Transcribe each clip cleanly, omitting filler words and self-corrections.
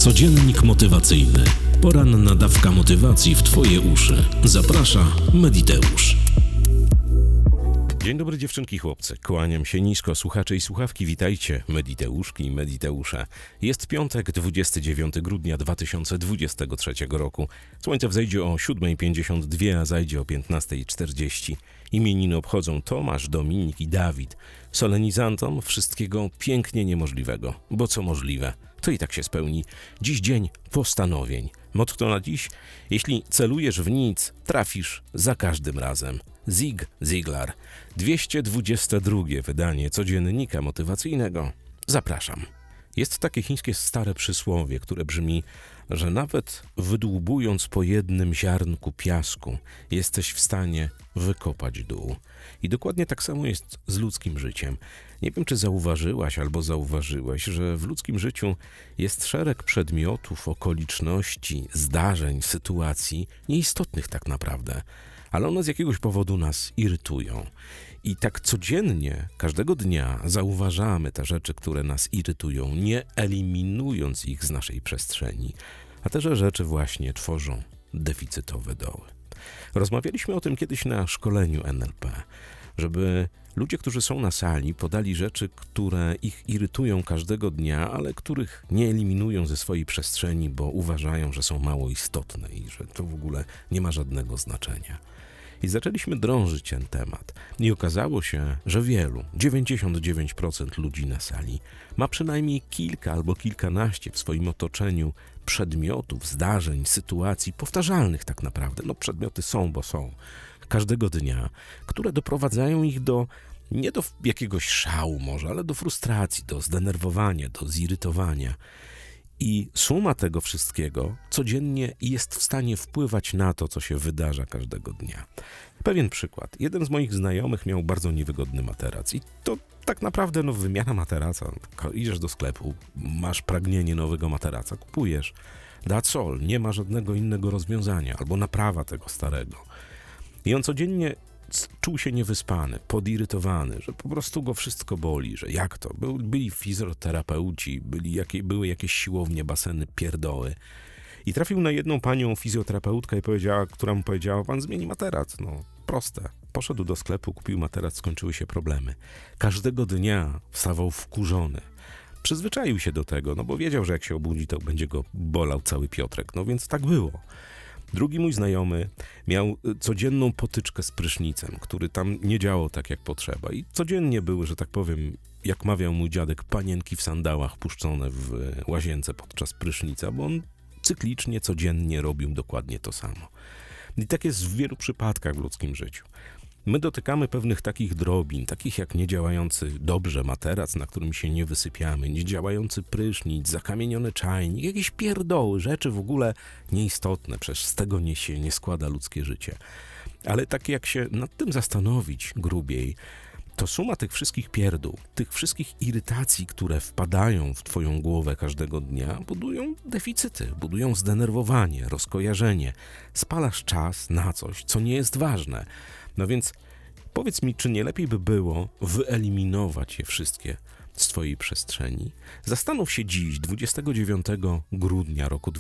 Codziennik motywacyjny. Poranna dawka motywacji w Twoje uszy. Zaprasza Mediteusz. Dzień dobry dziewczynki, chłopcy. Kłaniam się nisko, słuchacze i słuchawki. Witajcie, Mediteuszki i Mediteusze. Jest piątek, 29 grudnia 2023 roku. Słońce wzejdzie o 7:52, a zajdzie o 15:40. Imieniny obchodzą Tomasz, Dominik i Dawid. Solenizantom wszystkiego pięknie niemożliwego, bo co możliwe, to i tak się spełni. Dziś dzień postanowień. Motto na dziś: jeśli celujesz w nic, trafisz za każdym razem. Zig Ziglar. 222 wydanie codziennika motywacyjnego. Zapraszam. Jest takie chińskie stare przysłowie, które brzmi, że nawet wydłubując po jednym ziarnku piasku, jesteś w stanie wykopać dół. I dokładnie tak samo jest z ludzkim życiem. Nie wiem, czy zauważyłaś albo zauważyłeś, że w ludzkim życiu jest szereg przedmiotów, okoliczności, zdarzeń, sytuacji nieistotnych tak naprawdę, ale one z jakiegoś powodu nas irytują. I tak codziennie, każdego dnia zauważamy te rzeczy, które nas irytują, nie eliminując ich z naszej przestrzeni. A te rzeczy właśnie tworzą deficytowe doły. Rozmawialiśmy o tym kiedyś na szkoleniu NLP, żeby ludzie, którzy są na sali, podali rzeczy, które ich irytują każdego dnia, ale których nie eliminują ze swojej przestrzeni, bo uważają, że są mało istotne i że to w ogóle nie ma żadnego znaczenia. I zaczęliśmy drążyć ten temat. I okazało się, że 99% ludzi na sali ma przynajmniej kilka albo kilkanaście w swoim otoczeniu przedmiotów, zdarzeń, sytuacji powtarzalnych tak naprawdę. No przedmioty są, bo są. Każdego dnia, które doprowadzają ich nie do jakiegoś szału może, ale do frustracji, do zdenerwowania, do zirytowania. I suma tego wszystkiego codziennie jest w stanie wpływać na to, co się wydarza każdego dnia. Pewien przykład. Jeden z moich znajomych miał bardzo niewygodny materac i to tak naprawdę wymiana materaca. Idziesz do sklepu, masz pragnienie nowego materaca, kupujesz. That's all, nie ma żadnego innego rozwiązania albo naprawa tego starego. I on codziennie czuł się niewyspany, podirytowany, że po prostu go wszystko boli, że jak to? Byli fizjoterapeuci, były jakieś siłownie, baseny, pierdoły. I trafił na jedną panią fizjoterapeutkę, która mu powiedziała: pan zmieni materac. No, proste. Poszedł do sklepu, kupił materac, skończyły się problemy. Każdego dnia wstawał wkurzony. Przyzwyczaił się do tego, bo wiedział, że jak się obudzi, to będzie go bolał cały Piotrek. No więc tak było. Drugi mój znajomy miał codzienną potyczkę z prysznicem, który tam nie działał tak jak potrzeba. I codziennie były, że tak powiem, jak mawiał mój dziadek, panienki w sandałach puszczone w łazience podczas prysznica, bo on cyklicznie, codziennie robił dokładnie to samo. I tak jest w wielu przypadkach w ludzkim życiu. My dotykamy pewnych takich drobin, takich jak niedziałający dobrze materac, na którym się nie wysypiamy, niedziałający prysznic, zakamieniony czajnik, jakieś pierdoły, rzeczy w ogóle nieistotne, przecież z tego się nie składa ludzkie życie. Ale tak jak się nad tym zastanowić grubiej, to suma tych wszystkich pierdół, tych wszystkich irytacji, które wpadają w twoją głowę każdego dnia, budują deficyty, budują zdenerwowanie, rozkojarzenie. Spalasz czas na coś, co nie jest ważne. No więc powiedz mi, czy nie lepiej by było wyeliminować je wszystkie z twojej przestrzeni? Zastanów się dziś, 29 grudnia roku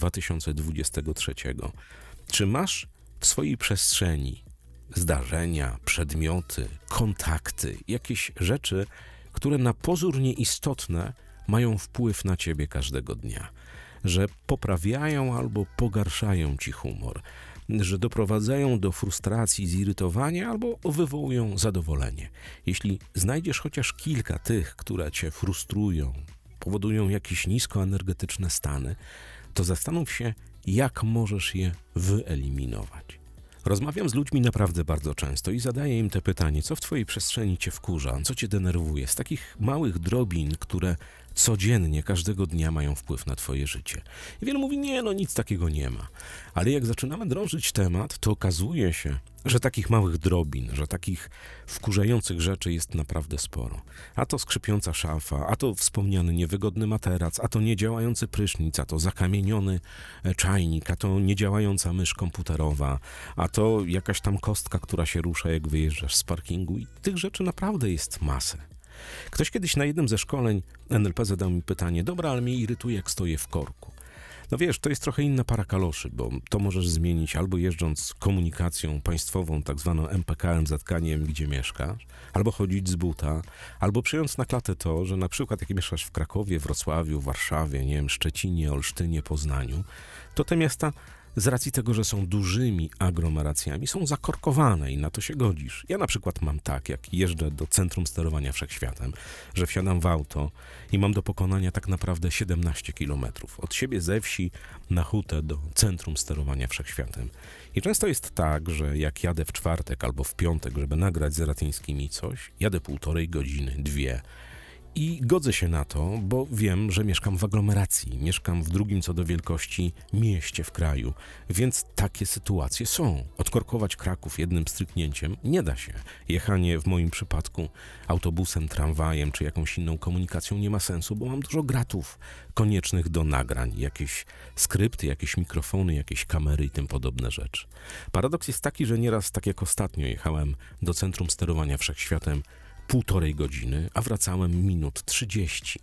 2023, czy masz w swojej przestrzeni zdarzenia, przedmioty, kontakty, jakieś rzeczy, które na pozór nieistotne mają wpływ na ciebie każdego dnia, że poprawiają albo pogarszają ci humor, że doprowadzają do frustracji, zirytowania albo wywołują zadowolenie. Jeśli znajdziesz chociaż kilka tych, które cię frustrują, powodują jakieś niskoenergetyczne stany, to zastanów się, jak możesz je wyeliminować. Rozmawiam z ludźmi naprawdę bardzo często i zadaję im te pytanie, co w twojej przestrzeni cię wkurza, co cię denerwuje, z takich małych drobin, które codziennie, każdego dnia mają wpływ na twoje życie. I wielu mówi: nie, nic takiego nie ma. Ale jak zaczynamy drążyć temat, to okazuje się, że takich małych drobin, że takich wkurzających rzeczy jest naprawdę sporo. A to skrzypiąca szafa, a to wspomniany niewygodny materac, a to niedziałający prysznic, a to zakamieniony czajnik, a to niedziałająca mysz komputerowa, a to jakaś tam kostka, która się rusza, jak wyjeżdżasz z parkingu. I tych rzeczy naprawdę jest masę. Ktoś kiedyś na jednym ze szkoleń NLP zadał mi pytanie: dobra, ale mnie irytuje, jak stoję w korku. No wiesz, to jest trochę inna para kaloszy, bo to możesz zmienić albo jeżdżąc komunikacją państwową, tak zwaną MPK, MZK, nie wiem gdzie mieszkasz, albo chodzić z buta, albo przyjąc na klatę to, że na przykład jak mieszkasz w Krakowie, Wrocławiu, Warszawie, nie wiem, Szczecinie, Olsztynie, Poznaniu, to te miasta z racji tego, że są dużymi aglomeracjami, są zakorkowane i na to się godzisz. Ja na przykład mam tak, jak jeżdżę do centrum sterowania wszechświatem, że wsiadam w auto i mam do pokonania tak naprawdę 17 kilometrów. Od siebie ze wsi na hutę do centrum sterowania wszechświatem. I często jest tak, że jak jadę w czwartek albo w piątek, żeby nagrać z Ratyńskimi coś, jadę 1,5 godziny, 2. I godzę się na to, bo wiem, że mieszkam w aglomeracji, mieszkam w drugim co do wielkości mieście w kraju, więc takie sytuacje są. Odkorkować Kraków jednym stryknięciem nie da się. Jechanie w moim przypadku autobusem, tramwajem czy jakąś inną komunikacją nie ma sensu, bo mam dużo gratów koniecznych do nagrań, jakieś skrypty, jakieś mikrofony, jakieś kamery i tym podobne rzeczy. Paradoks jest taki, że nieraz, tak jak ostatnio, jechałem do centrum sterowania wszechświatem 1,5 godziny, a wracałem minut 30.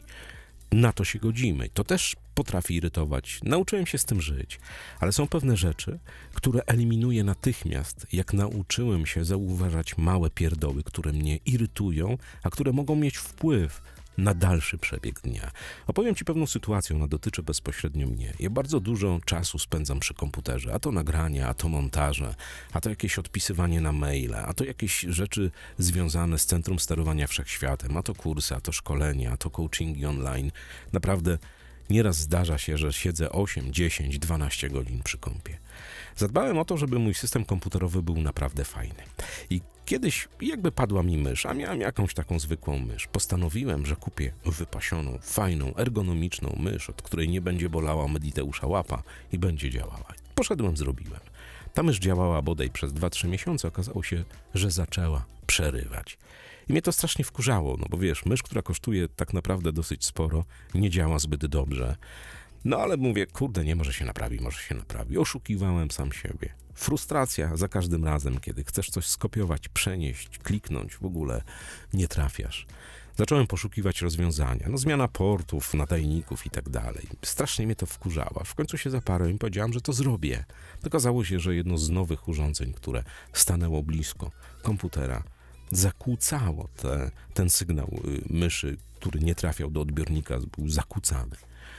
Na to się godzimy. To też potrafi irytować. Nauczyłem się z tym żyć. Ale są pewne rzeczy, które eliminuję natychmiast, jak nauczyłem się zauważać małe pierdoły, które mnie irytują, a które mogą mieć wpływ na dalszy przebieg dnia. Opowiem Ci pewną sytuację, ona dotyczy bezpośrednio mnie. Ja bardzo dużo czasu spędzam przy komputerze, a to nagrania, a to montaże, a to jakieś odpisywanie na maile, a to jakieś rzeczy związane z Centrum Sterowania Wszechświatem, a to kursy, a to szkolenia, a to coachingi online. Naprawdę nieraz zdarza się, że siedzę 8, 10, 12 godzin przy kompie. Zadbałem o to, żeby mój system komputerowy był naprawdę fajny. I kiedyś jakby padła mi mysz, a miałem jakąś taką zwykłą mysz. Postanowiłem, że kupię wypasioną, fajną, ergonomiczną mysz, od której nie będzie bolała Mediteusza łapa i będzie działała. Poszedłem, zrobiłem. Ta mysz działała bodaj przez 2-3 miesiące. Okazało się, że zaczęła przerywać. I mnie to strasznie wkurzało, no bo wiesz, mysz, która kosztuje tak naprawdę dosyć sporo, nie działa zbyt dobrze. No ale mówię, kurde, nie, może się naprawi, może się naprawi. Oszukiwałem sam siebie. Frustracja za każdym razem, kiedy chcesz coś skopiować, przenieść, kliknąć, w ogóle nie trafiasz. Zacząłem poszukiwać rozwiązania, no zmiana portów, nadajników i tak dalej. Strasznie mnie to wkurzało. W końcu się zaparłem i powiedziałem, że to zrobię. Okazało się, że jedno z nowych urządzeń, które stanęło blisko komputera, zakłócało ten sygnał myszy, który nie trafiał do odbiornika, był zakłócany.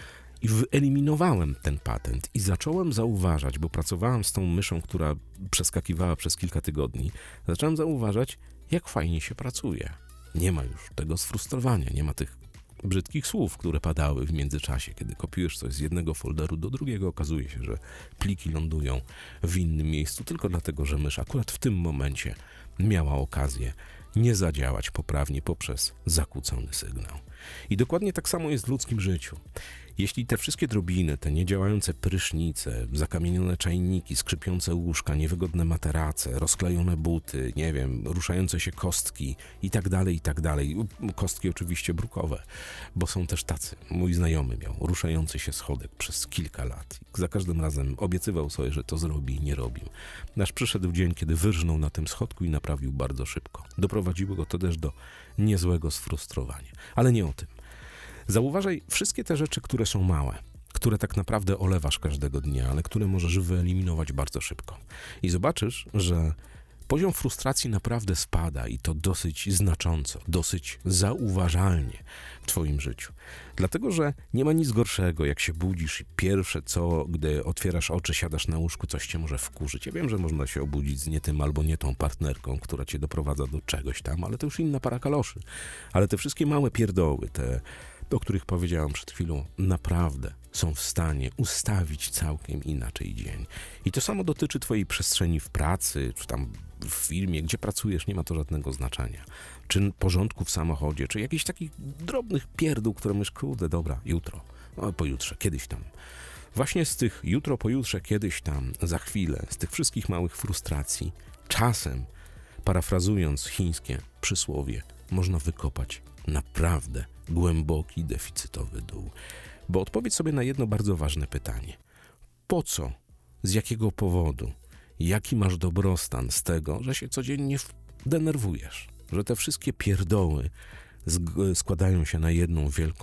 I wyeliminowałem ten patent i zacząłem zauważać, bo pracowałem z tą myszą, która przeskakiwała przez kilka tygodni, zacząłem zauważać, jak fajnie się pracuje. Nie ma już tego sfrustrowania, nie ma tych brzydkich słów, które padały w międzyczasie. Kiedy kopiujesz coś z jednego folderu do drugiego, okazuje się, że pliki lądują w innym miejscu, tylko dlatego, że mysz akurat w tym momencie miała okazję nie zadziałać poprawnie poprzez zakłócony sygnał. I dokładnie tak samo jest w ludzkim życiu. Jeśli te wszystkie drobiny, te niedziałające prysznice, zakamienione czajniki, skrzypiące łóżka, niewygodne materace, rozklejone buty, nie wiem, ruszające się kostki i tak dalej, kostki oczywiście brukowe, bo są też tacy. Mój znajomy miał ruszający się schodek przez kilka lat. Za każdym razem obiecywał sobie, że to zrobi i nie robił. Aż przyszedł dzień, kiedy wyrżnął na tym schodku i naprawił bardzo szybko. Doprowadziło go to też do niezłego sfrustrowania. Ale nie o tym. Zauważaj wszystkie te rzeczy, które są małe, które tak naprawdę olewasz każdego dnia, ale które możesz wyeliminować bardzo szybko. I zobaczysz, że poziom frustracji naprawdę spada i to dosyć znacząco, dosyć zauważalnie w Twoim życiu. Dlatego, że nie ma nic gorszego, jak się budzisz i pierwsze co, gdy otwierasz oczy, siadasz na łóżku, coś Cię może wkurzyć. Ja wiem, że można się obudzić z nie tym albo nie tą partnerką, która Cię doprowadza do czegoś tam, ale to już inna para kaloszy. Ale te wszystkie małe pierdoły, te o których powiedziałam przed chwilą, naprawdę są w stanie ustawić całkiem inaczej dzień. I to samo dotyczy Twojej przestrzeni w pracy, czy tam w firmie, gdzie pracujesz, nie ma to żadnego znaczenia. Czy porządku w samochodzie, czy jakichś takich drobnych pierdół, które myślisz, kurde, dobra, jutro, pojutrze, kiedyś tam. Właśnie z tych jutro, pojutrze, kiedyś tam, za chwilę, z tych wszystkich małych frustracji, czasem, parafrazując chińskie przysłowie, można wykopać naprawdę głęboki, deficytowy dół. Bo odpowiedz sobie na jedno bardzo ważne pytanie. Po co? Z jakiego powodu? Jaki masz dobrostan z tego, że się codziennie denerwujesz? Że te wszystkie pierdoły składają się na jedną wielką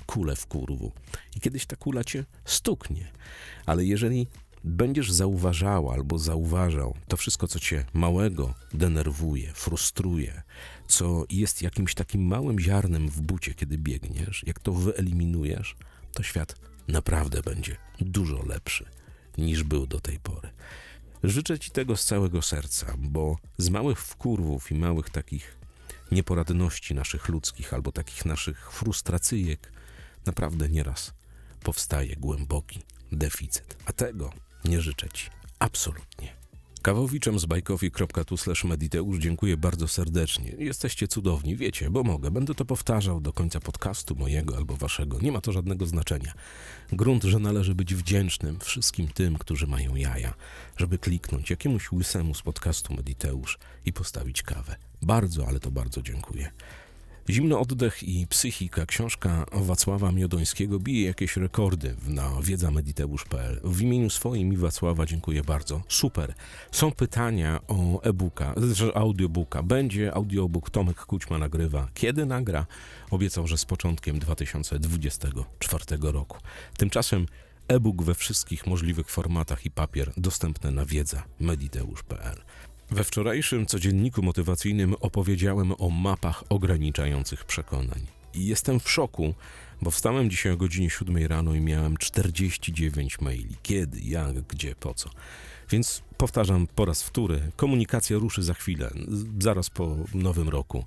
kulę w kurwu. I kiedyś ta kula cię stuknie. Ale jeżeli będziesz zauważała albo zauważał to wszystko, co cię małego denerwuje, frustruje, co jest jakimś takim małym ziarnem w bucie, kiedy biegniesz, jak to wyeliminujesz, to świat naprawdę będzie dużo lepszy niż był do tej pory. Życzę ci tego z całego serca, bo z małych wkurwów i małych takich nieporadności naszych ludzkich albo takich naszych frustracyjek naprawdę nieraz powstaje głęboki deficyt. A tego nie życzę ci absolutnie. Kawowiczem z bajkofi.tu/Mediteusz dziękuję bardzo serdecznie. Jesteście cudowni, wiecie, bo mogę. Będę to powtarzał do końca podcastu mojego albo waszego. Nie ma to żadnego znaczenia. Grunt, że należy być wdzięcznym wszystkim tym, którzy mają jaja, żeby kliknąć jakiemuś łysemu z podcastu Mediteusz i postawić kawę. Bardzo, ale to bardzo dziękuję. Zimno oddech i psychika, książka Wacława Miodońskiego bije jakieś rekordy na wiedzamediteusz.pl. W imieniu swoim i Wacława dziękuję bardzo. Super. Są pytania o e-booka, audiobooka. Będzie audiobook, Tomek Kućma nagrywa. Kiedy nagra? Obiecał, że z początkiem 2024 roku. Tymczasem e-book we wszystkich możliwych formatach i papier dostępne na wiedzamediteusz.pl. We wczorajszym codzienniku motywacyjnym opowiedziałem o mapach ograniczających przekonań. I jestem w szoku, bo wstałem dzisiaj o godzinie 7 rano i miałem 49 maili. Kiedy, jak, gdzie, po co. Więc powtarzam po raz wtóry, komunikacja ruszy za chwilę, zaraz po nowym roku.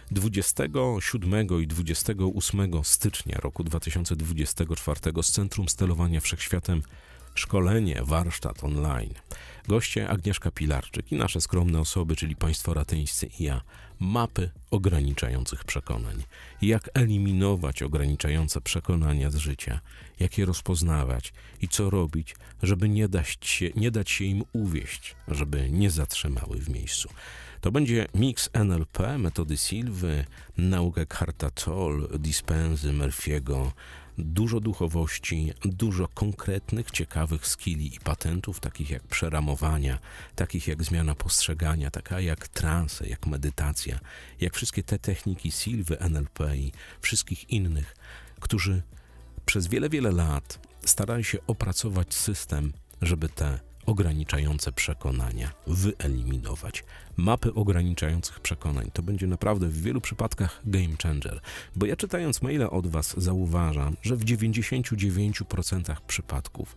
27 i 28 stycznia roku 2024 z Centrum Sterowania Wszechświatem szkolenie, warsztat online. Goście Agnieszka Pilarczyk i nasze skromne osoby, czyli państwo ratyńscy i ja. Mapy ograniczających przekonań. Jak eliminować ograniczające przekonania z życia, jak je rozpoznawać i co robić, żeby nie dać się im uwieść, żeby nie zatrzymały w miejscu. To będzie miks NLP, metody Silwy, naukę Eckharta Tolle, Dispensy, Murphy'ego, dużo duchowości, dużo konkretnych, ciekawych skilli i patentów, takich jak przeramowania, takich jak zmiana postrzegania, taka jak transe, jak medytacja, jak wszystkie te techniki Silwy, NLP i wszystkich innych, którzy przez wiele, wiele lat starali się opracować system, żeby te ograniczające przekonania wyeliminować. Mapy ograniczających przekonań to będzie naprawdę w wielu przypadkach game changer, bo ja czytając maile od was zauważam, że w 99% przypadków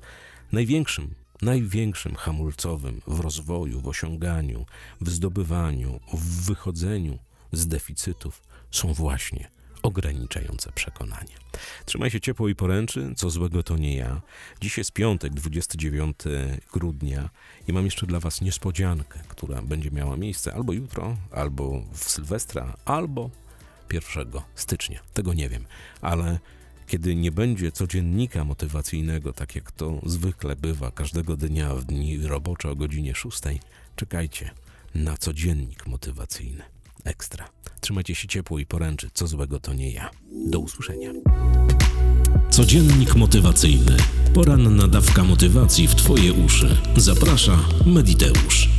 największym hamulcowym w rozwoju, w osiąganiu, w zdobywaniu, w wychodzeniu z deficytów są właśnie ograniczające przekonania. Trzymaj się ciepło i poręczy, co złego to nie ja. Dziś jest piątek, 29 grudnia i mam jeszcze dla was niespodziankę, która będzie miała miejsce albo jutro, albo w Sylwestra, albo 1 stycznia. Tego nie wiem, ale kiedy nie będzie codziennika motywacyjnego, tak jak to zwykle bywa każdego dnia w dni robocze o godzinie 6, czekajcie na codziennik motywacyjny. Ekstra. Trzymajcie się ciepło i poręczy, co złego to nie ja. Do usłyszenia. Codziennik motywacyjny. Poranna dawka motywacji w twoje uszy. Zaprasza Mediteusz.